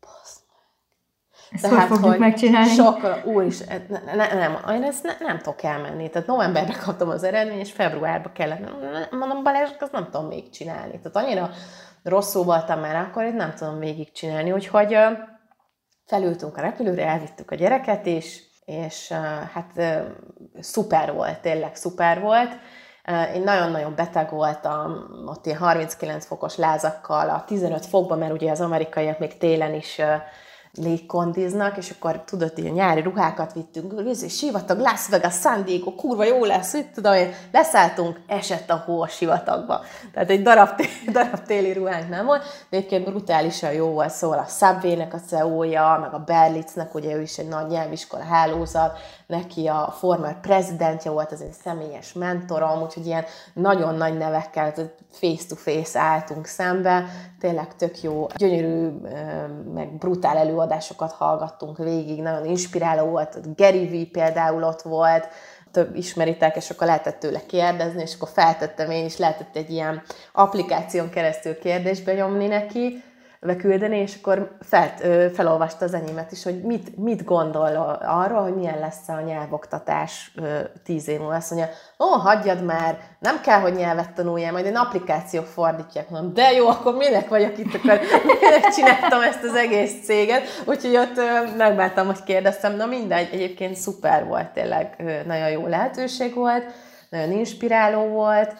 Ezt hogy fogjuk megcsinálni? Sokkal, úr is, ne, ne, nem, én ezt ne, nem tudok elmenni. Tehát novemberben kaptam az eredményt, és februárban kellett. Mondom, Balázs, azt nem tudom még csinálni. Tehát annyira rosszul voltam már akkor, hogy nem tudom végig csinálni. Úgyhogy felültünk a repülőre, elvittük a gyereket is, és hát szuper volt, tényleg szuper volt. Én nagyon-nagyon beteg voltam, ott ilyen harminckilenc fokos lázakkal, a tizenöt fokban, mert ugye az amerikaiak még télen is légkondiznak, és akkor tudod, hogy a nyári ruhákat vittünk, sivatag, Las Vegas, San Diego, kurva jó lesz, mit tudom én, leszálltunk, esett a hó a sivatagba. Tehát egy darab, téli, darab téli ruhánk nem volt, de egyébként brutálisan jó volt, szóval a Subway-nek a cé e ó-ja, meg a Berlitznek, ugye ő is egy nagy nyelviskola hálózat, neki a former prezidentje volt, az egy személyes mentorom, úgyhogy ilyen nagyon nagy nevekkel face-to-face álltunk szembe, tényleg tök jó, gyönyörű, meg brutál előadásokat hallgattunk végig, nagyon inspiráló volt, Gary Vee például ott volt, több ismeritek, és akkor lehetett tőle kérdezni, és akkor feltettem én is, lehetett egy ilyen applikáción keresztül kérdésbe nyomni neki, beküldeni, és akkor fel, felolvasta az enyémet is, hogy mit, mit gondol arról, hogy milyen lesz a nyelvoktatás tíz év múlva. Azt mondja, ó, hagyjad már, nem kell, hogy nyelvet tanuljál, majd én applikációk fordítják. Mondom, de jó, akkor minek vagyok itt, akkor minek csináltam ezt az egész céget. Úgyhogy ott megbántam, hogy kérdeztem, na mindegy, egyébként szuper volt, tényleg nagyon jó lehetőség volt, nagyon inspiráló volt.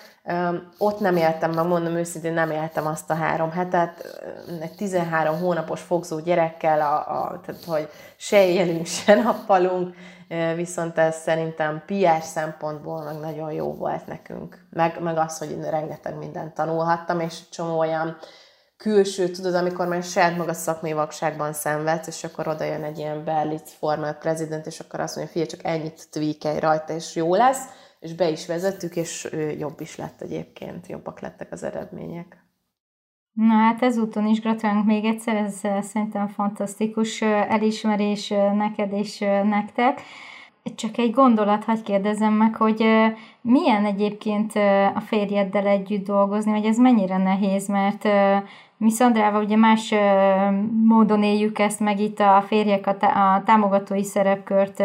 Ott nem éltem, meg mondom őszintén, nem éltem azt a három hetet, egy tizenhárom hónapos fogzó gyerekkel, a, a, tehát hogy se éjjelünk, se nappalunk, viszont ez szerintem pé er szempontból meg nagyon jó volt nekünk. Meg, meg az, hogy én rengeteg mindent tanulhattam, és csomó olyan külső, tudod, amikor már saját maga szakmai vakságban szenvedsz, és akkor oda jön egy ilyen Berlitz former president, és akkor azt mondja, figyelj, csak ennyit tweakelj rajta, és jó lesz, és be is vezettük, és jobb is lett egyébként, jobbak lettek az eredmények. Na hát ezúton is gratulálunk még egyszer, ez szerintem fantasztikus elismerés neked és nektek. Csak egy gondolat, hadd kérdezzem meg, hogy milyen egyébként a férjeddel együtt dolgozni, vagy ez mennyire nehéz, mert mi Szandrával ugye más módon éljük ezt, meg itt a férjek a, tá- a támogatói szerepkört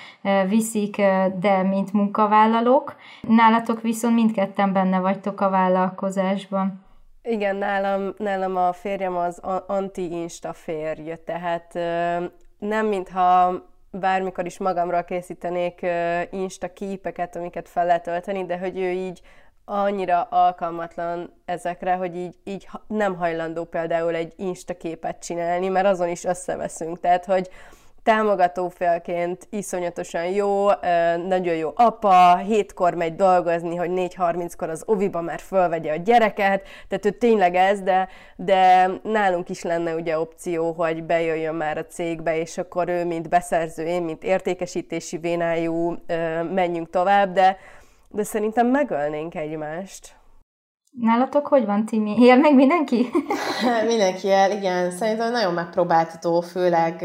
viszik, de mint munkavállalók. Nálatok viszont mindketten benne vagytok a vállalkozásban. Igen, nálam, nálam a férjem az anti-insta férj, tehát nem mintha bármikor is magamról készítenék insta képeket, amiket fel lehet tölteni, de hogy ő így annyira alkalmatlan ezekre, hogy így, így nem hajlandó például egy insta képet csinálni, mert azon is összeveszünk. Tehát, hogy támogatófélként iszonyatosan jó, nagyon jó apa, hétkor megy dolgozni, hogy négy harminckor az oviba már fölvegye a gyereket, tehát ő tényleg ez, de, de nálunk is lenne ugye opció, hogy bejöjjön már a cégbe, és akkor ő, mint beszerző, én, mint értékesítési vénájú menjünk tovább, de, de szerintem megölnénk egymást. Nálatok hogy van, Timi? Él meg mindenki? Mindenki él, igen. Szerintem nagyon megpróbáltató, főleg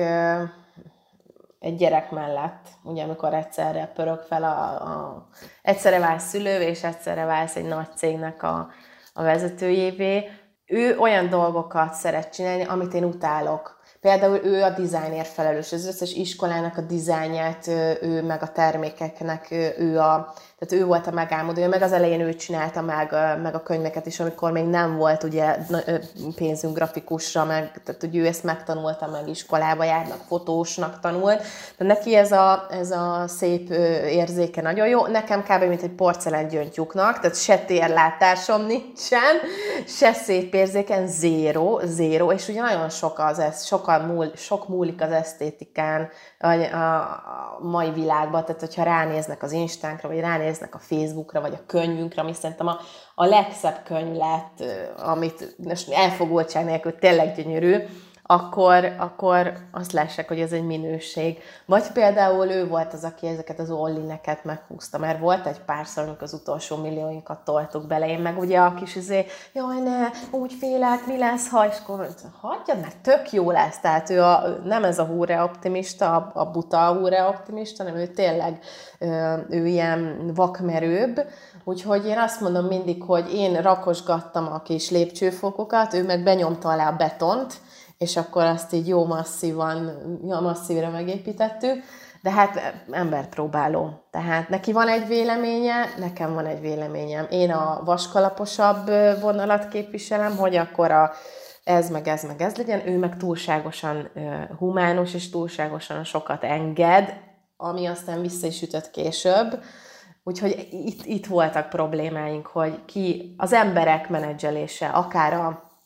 egy gyerek mellett, ugye amikor egyszerre pörög fel, a, a, egyszerre válsz szülővé, és egyszerre válsz egy nagy cégnek a, a vezetőjévé. Ő olyan dolgokat szeret csinálni, amit én utálok. Például ő a dizájnért felelős, az összes iskolának a dizájnját, ő meg a termékeknek, ő a, tehát ő volt a megálmodója, meg az elején ő csinálta meg, meg a könyveket is, amikor még nem volt ugye pénzünk grafikusra, meg, tehát ugye ő ezt megtanulta, meg iskolába járnak, fotósnak tanult, de neki ez a, ez a szép érzéke nagyon jó, nekem kb. Mint egy porcelán gyöngytyúknak, tehát se térlátásom nincsen, se szép érzéken, zéro, zéro, és ugye nagyon sok az ez, sokkal múl, sok múlik az esztétikán a, a, a mai világban, tehát hogyha ránéznek az Instánkra, vagy ránéznek a Facebookra, vagy a könyvünkre, ami szerintem a, a legszebb könyv lett, amit most elfogultság nélkül tényleg gyönyörű, akkor, akkor azt lássák, hogy ez egy minőség. Vagy például ő volt az, aki ezeket az all-ineket meghúzta, mert volt egy párszor, amikor az utolsó millióinkat toltuk bele, én meg ugye a kis izé, jaj ne, úgy félek, mi lesz, ha, és akkor hagyjad, mert tök jó lesz, tehát ő a, nem ez a húre optimista, a, a buta húre optimista, hanem ő tényleg ő ilyen vakmerőbb, úgyhogy én azt mondom mindig, hogy én rakosgattam a kis lépcsőfokokat, ő meg benyomta alá a betont, és akkor azt így jó masszívan, jó masszívra megépítettük, de hát ember próbáló. Tehát neki van egy véleménye, nekem van egy véleményem. Én a vaskalaposabb vonalat képviselem, hogy akkor a, ez meg ez meg ez legyen, ő meg túlságosan humánus, és túlságosan sokat enged, ami aztán vissza is ütött később. Úgyhogy itt, itt voltak problémáink, hogy ki az emberek menedzselése, akár a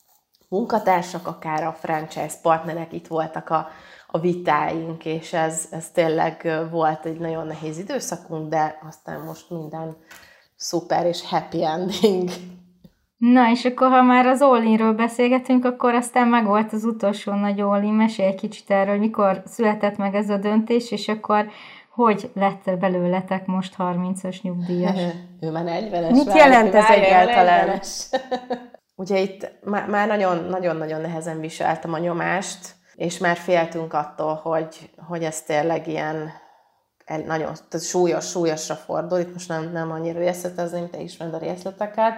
munkatársak, akár a franchise partnerek, itt voltak a, a vitáink, és ez, ez tényleg volt egy nagyon nehéz időszakunk, de aztán most minden szuper és happy ending. Na, és akkor, ha már az all-inről beszélgetünk, akkor aztán meg volt az utolsó nagy all-in. Mesélj egy kicsit erről, hogy mikor született meg ez a döntés, és akkor hogy lett belőletek most harmincas nyugdíjas? Ő már negyvenes. Mit jelent ez egyáltalán? Ugye itt már nagyon-nagyon nehezen viseltem a nyomást, és már féltünk attól, hogy, hogy ez tényleg ilyen nagyon súlyos, súlyosra fordul. Itt most nem, nem annyira részletezném, te ismered a részleteket.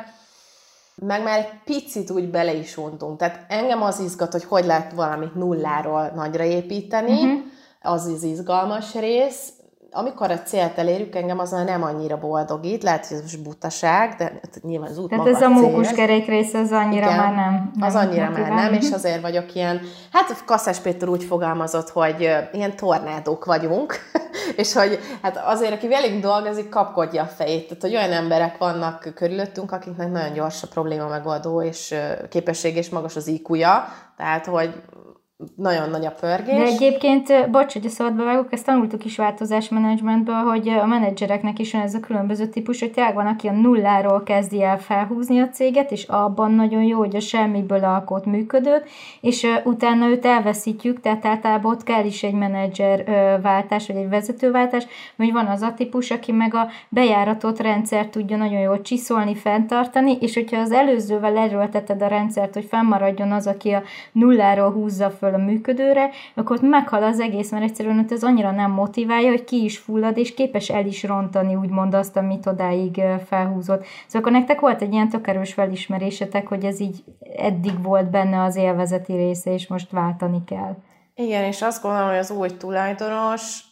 Meg már egy picit úgy bele is untunk. Tehát engem az izgat, hogy hogy lehet valamit nulláról nagyra építeni, uh-huh. az az izgalmas rész. Amikor a célt elérjük, engem az már nem annyira boldogít, lehet, hogy ez most butaság, de nyilván az út tehát maga ez a mókuskerék része, az annyira igen, már nem. nem az annyira motivál. már nem, és azért vagyok ilyen, hát Kaszás Péter úgy fogalmazott, hogy ilyen tornádók vagyunk, és hogy hát azért, aki velünk dolgozik, kapkodja a fejét. Tehát, hogy olyan emberek vannak körülöttünk, akiknek nagyon gyors a probléma megoldó, és képesség, és magas az í kú-ja, tehát, hogy nagyon nagy a pörgés. De egyébként, bocs, hogy a szabadba vágok, ezt tanultuk is változásmenedzsmentből, hogy a menedzsereknek is van ez a különböző típus, hogy tényleg van, aki a nulláról kezdi el felhúzni a céget, és abban nagyon jó, hogy a semmiből alkot működőt, és utána őt elveszítjük, tehát általában ott kell is egy menedzserváltás, vagy egy vezetőváltás, vagy van az a típus, aki meg a bejáratott rendszert tudja nagyon jól csiszolni, fenntartani, és hogyha az előzővel erőlteted a rendszert, hogy fennmaradjon az, aki a nulláról húzza föl a működőre, akkor ott meghal az egész, mert egyszerűen ez annyira nem motiválja, hogy ki is fullad, és képes el is rontani, úgymond azt, amit odáig felhúzott. Szóval akkor nektek volt egy ilyen tök erős felismerésetek, hogy ez így eddig volt benne az élvezeti része, és most váltani kell. Igen, és azt gondolom, hogy az új tulajdonos,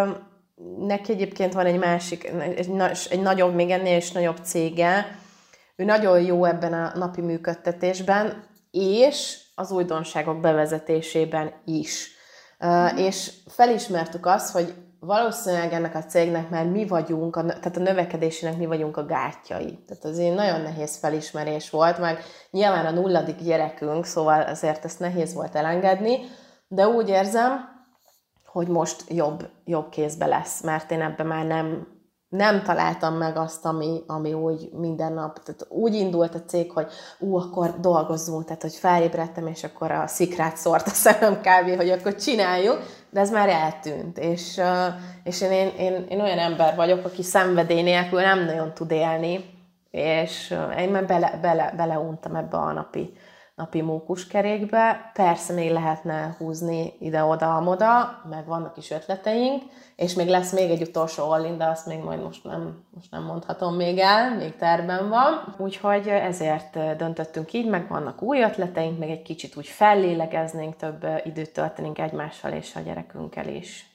neki egyébként van egy másik, egy, egy nagyobb, még ennél is nagyobb cége, ő nagyon jó ebben a napi működtetésben, és az újdonságok bevezetésében is. Uh, és felismertük azt, hogy valószínűleg ennek a cégnek már mi vagyunk, a, tehát a növekedésének mi vagyunk a gátjai. Tehát az egy nagyon nehéz felismerés volt, meg nyilván a nulladik gyerekünk, szóval azért ezt nehéz volt elengedni, de úgy érzem, hogy most jobb, jobb kézbe lesz, mert én ebben már nem, nem találtam meg azt, ami, ami úgy minden nap, tehát úgy indult a cég, hogy ú, akkor dolgozzunk, tehát hogy felébredtem, és akkor a szikrát szórt a szemem kb., hogy akkor csináljuk, de ez már eltűnt, és, és én, én, én, én olyan ember vagyok, aki szenvedély nélkül nem nagyon tud élni, és én már bele, bele, beleuntam ebbe a napi, napi mókuskerékbe. Persze még lehetne húzni ide-oda-amoda, meg vannak is ötleteink, és még lesz még egy utolsó all-in, de azt még majd most nem, most nem mondhatom még el, még terben van. Úgyhogy ezért döntöttünk így, meg vannak új ötleteink, meg egy kicsit úgy fellélegeznénk, több időt töltenénk egymással és a gyerekünkkel is.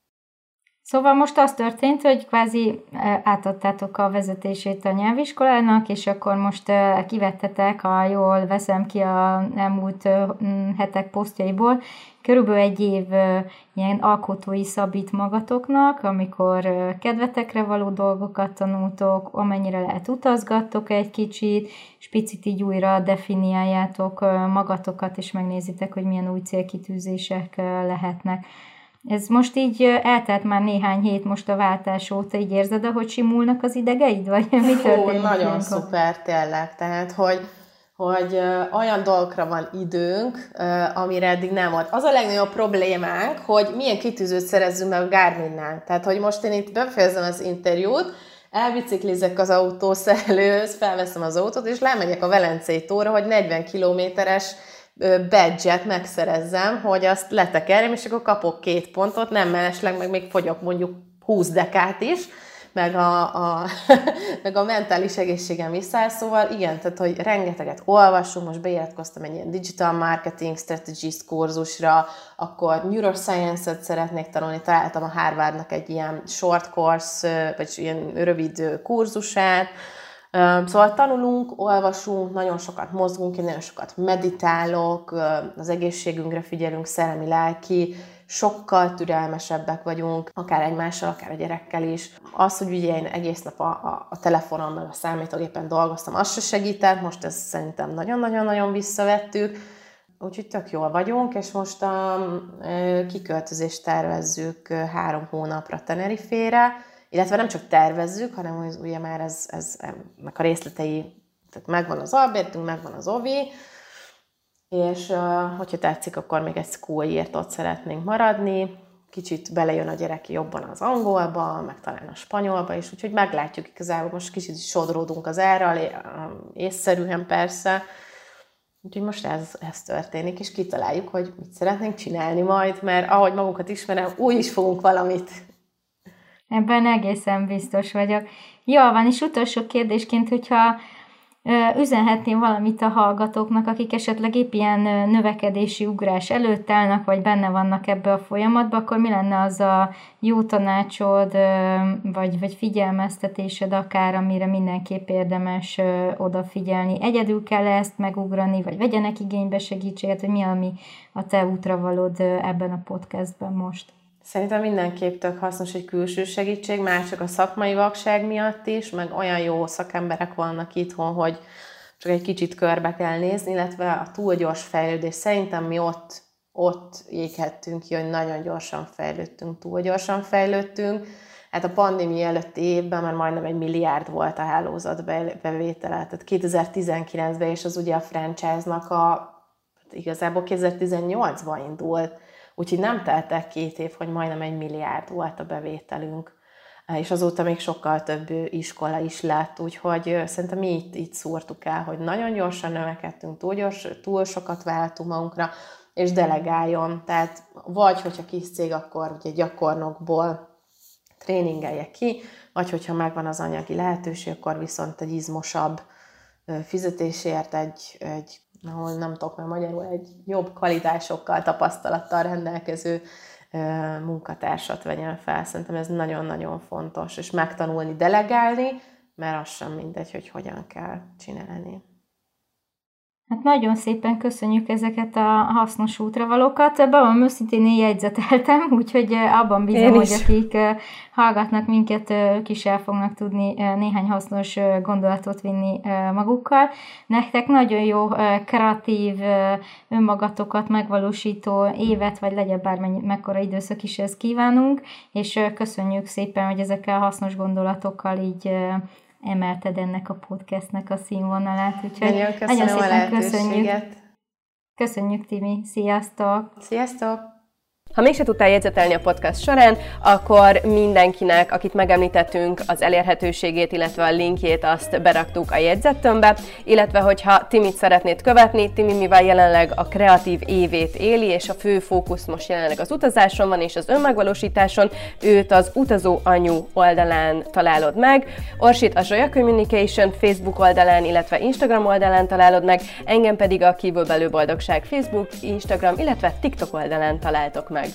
Szóval most az történt, hogy kvázi átadtátok a vezetését a nyelviskolának, és akkor most kivettetek, ha jól veszem ki a elmúlt hetek posztjaiból, körülbelül egy év ilyen alkotói szabít magatoknak, amikor kedvetekre való dolgokat tanultok, amennyire lehet utazgattok egy kicsit, és picit így újra definiáljátok magatokat, és megnézitek, hogy milyen új célkitűzések lehetnek. Ez most így eltelt már néhány hét most a váltás óta, így érzed, ahogy simulnak az idegeid, vagy mi történik? Hú, nagyon szuper, tényleg. Tehát, hogy, hogy olyan dolgokra van időnk, amire eddig nem volt. Az a legnagyobb problémánk, hogy milyen kitűzőt szerezzünk meg a Garminnál. Tehát, hogy most én itt befejezem az interjút, elbiciklizek az autószerelőhöz, felveszem az autót, és lemegyek a Velencei tóra, hogy negyven kilométeres badge-et megszerezzem, hogy azt letekerjem, és akkor kapok két pontot, nem mellesleg, meg még fogyok mondjuk húsz dekát is, meg a, a, meg a mentális egészségem visszáll, szóval igen, tehát, hogy rengeteget olvasunk, most beiratkoztam egy ilyen Digital Marketing Strategies kurzusra, akkor Neuroscience-et szeretnék tanulni, találtam a Harvardnak egy ilyen short course, vagy ilyen rövid kurzusát, szóval tanulunk, olvasunk, nagyon sokat mozgunk, én nagyon sokat meditálok, az egészségünkre figyelünk, szellemi, lelki, sokkal türelmesebbek vagyunk, akár egymással, akár a gyerekkel is. Az, hogy ugye én egész nap a, a, a telefonon, meg a számítógépen dolgoztam, az se segített, most ezt szerintem nagyon-nagyon-nagyon visszavettük, úgyhogy tök jól vagyunk, és most a kiköltözést tervezzük három hónapra Tenerifére, illetve nem csak tervezzük, hanem ugye már ez, ez ennek a részletei, tehát megvan az albérletünk, megvan az ovi, és hogyha tetszik, akkor még egy school year-t ott szeretnénk maradni, kicsit belejön a gyerek jobban az angolba, meg talán a spanyolba is, úgyhogy meglátjuk igazából, most kicsit is sodródunk az árral, észszerűen persze, úgyhogy most ez, ez történik, és kitaláljuk, hogy mit szeretnénk csinálni majd, mert ahogy magunkat ismerem, úgy is fogunk valamit. Ebben egészen biztos vagyok. Jól van, és utolsó kérdésként, hogyha üzenhetném valamit a hallgatóknak, akik esetleg épp ilyen növekedési ugrás előtt állnak, vagy benne vannak ebbe a folyamatba, akkor mi lenne az a jó tanácsod, vagy, vagy figyelmeztetésed akár, amire mindenképp érdemes odafigyelni? Egyedül kell ezt megugrani, vagy vegyenek igénybe segítséget, hogy mi ami a te útravalód ebben a podcastben most? Szerintem mindenképp tök hasznos egy külső segítség, már csak a szakmai vakság miatt is, meg olyan jó szakemberek vannak itthon, hogy csak egy kicsit körbe kell nézni, illetve a túl gyors fejlődés. Szerintem mi ott, ott éghettünk ki, hogy nagyon gyorsan fejlődtünk, túl gyorsan fejlődtünk. Hát a pandémia előtti évben már majdnem egy milliárd volt a hálózat bevétele, tehát kétezer-tizenkilencben, és az ugye a franchise-nak a, igazából kétezer-tizennyolcban indult, úgyhogy nem teltek két év, hogy majdnem egy milliárd volt a bevételünk, és azóta még sokkal több iskola is lett, úgyhogy szerintem mi itt, itt szúrtuk el, hogy nagyon gyorsan növekedtünk, túl, gyors, túl sokat váltunk magunkra, és delegáljon. Tehát vagy, hogyha kis cég, akkor ugye gyakornokból tréningelje ki, vagy hogyha megvan az anyagi lehetőség, akkor viszont egy izmosabb fizetésért egy, egy ahol nem tudok már magyarul, egy jobb kvalitásokkal, tapasztalattal rendelkező munkatársat vegyen fel. Szerintem ez nagyon-nagyon fontos, és megtanulni delegálni, mert az sem mindegy, hogy hogyan kell csinálni. Hát nagyon szépen köszönjük ezeket a hasznos útravalókat. Bevallom őszintén én jegyzeteltem, úgyhogy abban bízom, hogy akik hallgatnak minket, ők is el fognak tudni néhány hasznos gondolatot vinni magukkal. Nektek nagyon jó, kreatív, önmagatokat megvalósító évet, vagy legyen bármennyi, mekkora időszak is ezt kívánunk, és köszönjük szépen, hogy ezekkel a hasznos gondolatokkal így emelted ennek a podcastnek a színvonalát. Úgyhogy nagyon köszönöm nagyon szépen a köszönjük. Köszönjük, Timi. Sziasztok! Sziasztok! Ha mégse tudtál jegyzetelni a podcast során, akkor mindenkinek, akit megemlítettünk, az elérhetőségét, illetve a linkjét azt beraktuk a jegyzettömbbe, illetve hogyha Timit szeretnéd követni, Timi mivel jelenleg a kreatív évét éli, és a fő fókusz most jelenleg az utazáson van, és az önmegvalósításon, őt az Utazó Anyu oldalán találod meg, Orsit a Zsolya Communication Facebook oldalán, illetve Instagram oldalán találod meg, engem pedig a Kívülbelül Boldogság Facebook, Instagram, illetve TikTok oldalán találtok meg.